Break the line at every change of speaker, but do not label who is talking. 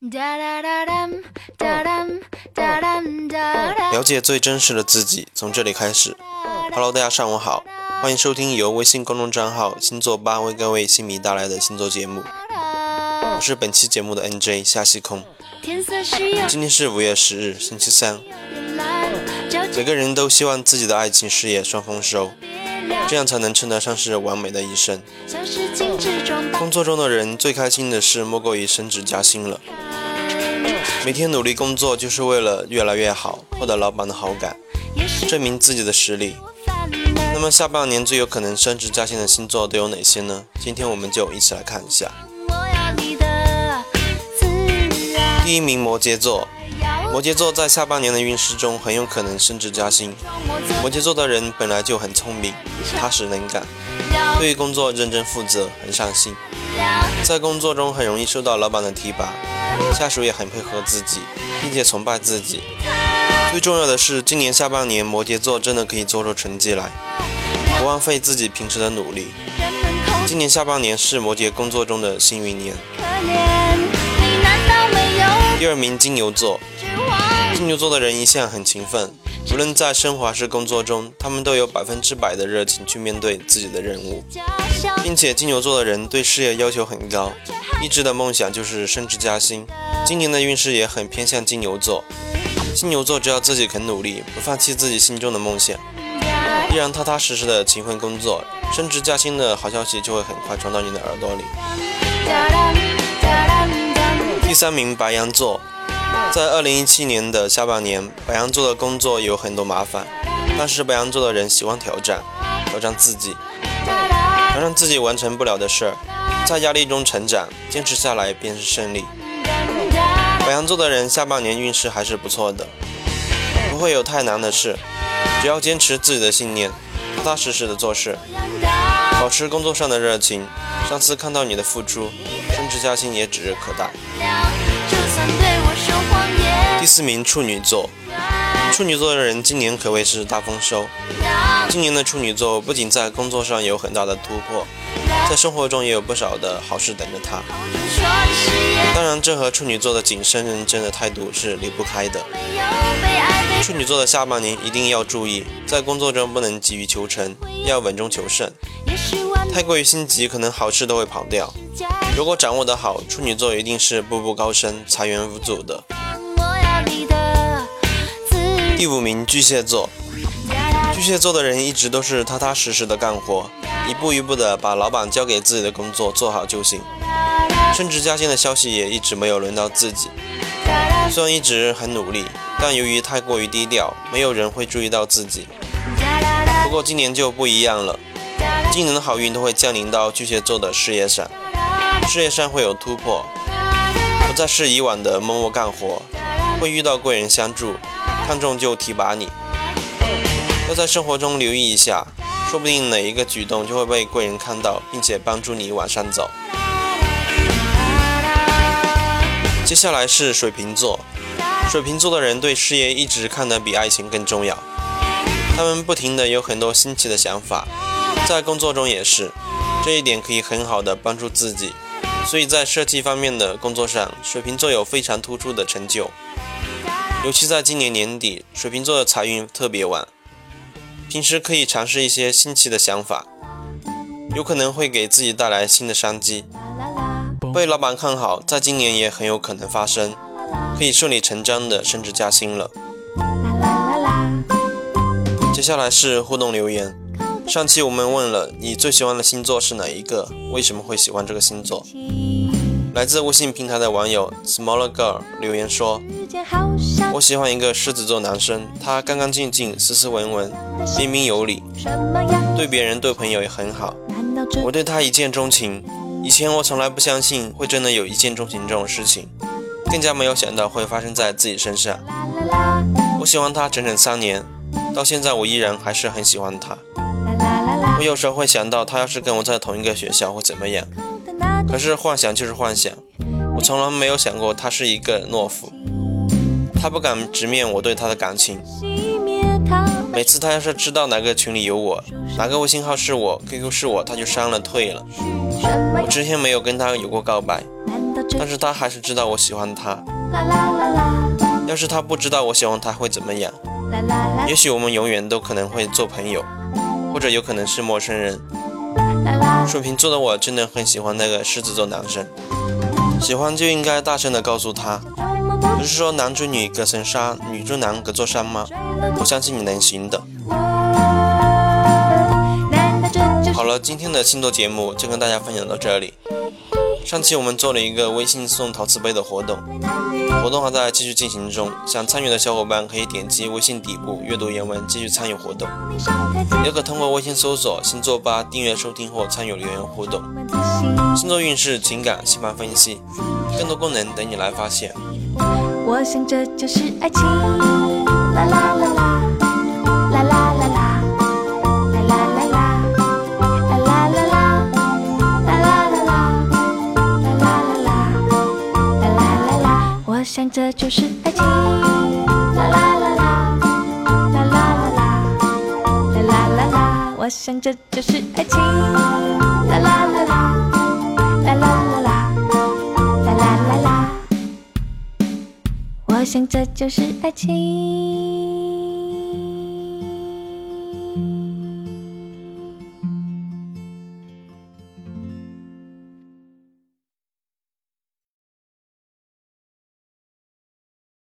了解最真实的自己，从这里开始。Hello， 大家上午好，欢迎收听由微信公众账号星座吧为各位星迷带来的星座节目。我是本期节目的 NJ 夏西空。今天是5月10日，星期三。每个人都希望自己的爱情事业双丰收，这样才能称得上是完美的一生。工作中的人最开心的事莫过于升职加薪了。每天努力工作就是为了越来越好，获得老板的好感，证明自己的实力。那么下半年最有可能升职加薪的星座都有哪些呢？今天我们就一起来看一下。第一名，摩羯座。摩羯座在下半年的运势中很有可能升职加薪。摩羯座的人本来就很聪明、踏实能干，对于工作认真负责，很上心，在工作中很容易受到老板的提拔，下属也很配合自己，并且崇拜自己。最重要的是，今年下半年摩羯座真的可以做出成绩来，不枉费自己平时的努力。今年下半年是摩羯工作中的幸运年。第二名，金牛座。金牛座的人一向很勤奋，无论在生活还是工作中，他们都有100%的热情去面对自己的任务，并且金牛座的人对事业要求很高，一直的梦想就是升职加薪。今年的运势也很偏向金牛座。金牛座只要自己肯努力，不放弃自己心中的梦想，依然踏踏实实的勤奋工作，升职加薪的好消息就会很快传到你的耳朵里。第三名，白羊座。在2017年的下半年，白羊座的工作有很多麻烦，但是白羊座的人喜欢挑战自己，挑战自己完成不了的事儿，在压力中成长，坚持下来便是胜利。白羊座的人下半年运势还是不错的，不会有太难的事，只要坚持自己的信念，踏踏实实的做事，保持工作上的热情，上司看到你的付出，升职加薪也指日可待。第四名，处女座。处女座的人今年可谓是大丰收。今年的处女座不仅在工作上有很大的突破，在生活中也有不少的好事等着他。当然，这和处女座的谨慎认真的态度是离不开的。处女座的下半年一定要注意，在工作中不能急于求成，要稳中求胜。太过于心急，可能好事都会跑掉。如果掌握得好，处女座一定是步步高升，财源无阻的。第5名，巨蟹座。巨蟹座的人一直都是踏踏实实的干活，一步一步的把老板交给自己的工作做好就行。升职加薪的消息也一直没有轮到自己，虽然一直很努力，但由于太过于低调，没有人会注意到自己。不过今年就不一样了，今年的好运都会降临到巨蟹座的事业上，事业上会有突破，不再是以往的默默干活，会遇到贵人相助，看中就提拔你。要在生活中留意一下，说不定哪一个举动就会被贵人看到，并且帮助你往上走。接下来是水瓶座。水瓶座的人对事业一直看得比爱情更重要，他们不停地有很多新奇的想法，在工作中也是，这一点可以很好的帮助自己，所以在设计方面的工作上，水瓶座有非常突出的成就。尤其在今年年底，水瓶座的财运特别旺，平时可以尝试一些新奇的想法，有可能会给自己带来新的商机，被老板看好，在今年也很有可能发生，可以顺理成章的升职加薪了。接下来是互动留言。上期我们问了你最喜欢的星座是哪一个，为什么会喜欢这个星座？来自微信平台的网友 Smaller Girl 留言说，我喜欢一个狮子座男生，他干干净净，斯斯文文，彬彬有礼，对别人对朋友也很好，我对他一见钟情。以前我从来不相信会真的有一见钟情这种事情，更加没有想到会发生在自己身上。我喜欢他整整3年，到现在我依然还是很喜欢他。我有时候会想到他要是跟我在同一个学校会怎么样，可是幻想就是幻想，我从来没有想过他是一个懦夫，他不敢直面我对他的感情。每次他要是知道哪个群里有我，哪个微信号是我， QQ 是我，他就删了退了。我之前没有跟他有过告白， 但是他还是知道我喜欢他。要是他不知道我喜欢他会怎么样？也许我们永远都可能会做朋友，或者有可能是陌生人。水瓶座的我真的很喜欢那个狮子座男生，喜欢就应该大声地告诉他，不是说男追女隔层纱，女追男隔座山吗？我相信你能行的。好了，今天的星座节目就跟大家分享到这里。上期我们做了一个微信送陶瓷杯的活动，活动还在继续进行中，想参与的小伙伴可以点击微信底部阅读原文继续参与活动，也可通过微信搜索星座吧订阅收听或参与留言互动。星座运势、情感、星盘分析，更多功能等你来发现。
我想这就是爱情，啦啦啦啦，啦啦啦啦，啦啦啦啦，啦啦啦啦，啦啦啦啦，啦啦啦啦，啦啦啦啦。我想这就是爱情，啦啦啦啦，啦啦啦啦，啦啦啦啦。我想这就是爱情，啦啦啦啦，啦啦啦啦，啦啦啦啦。我想这就是爱情。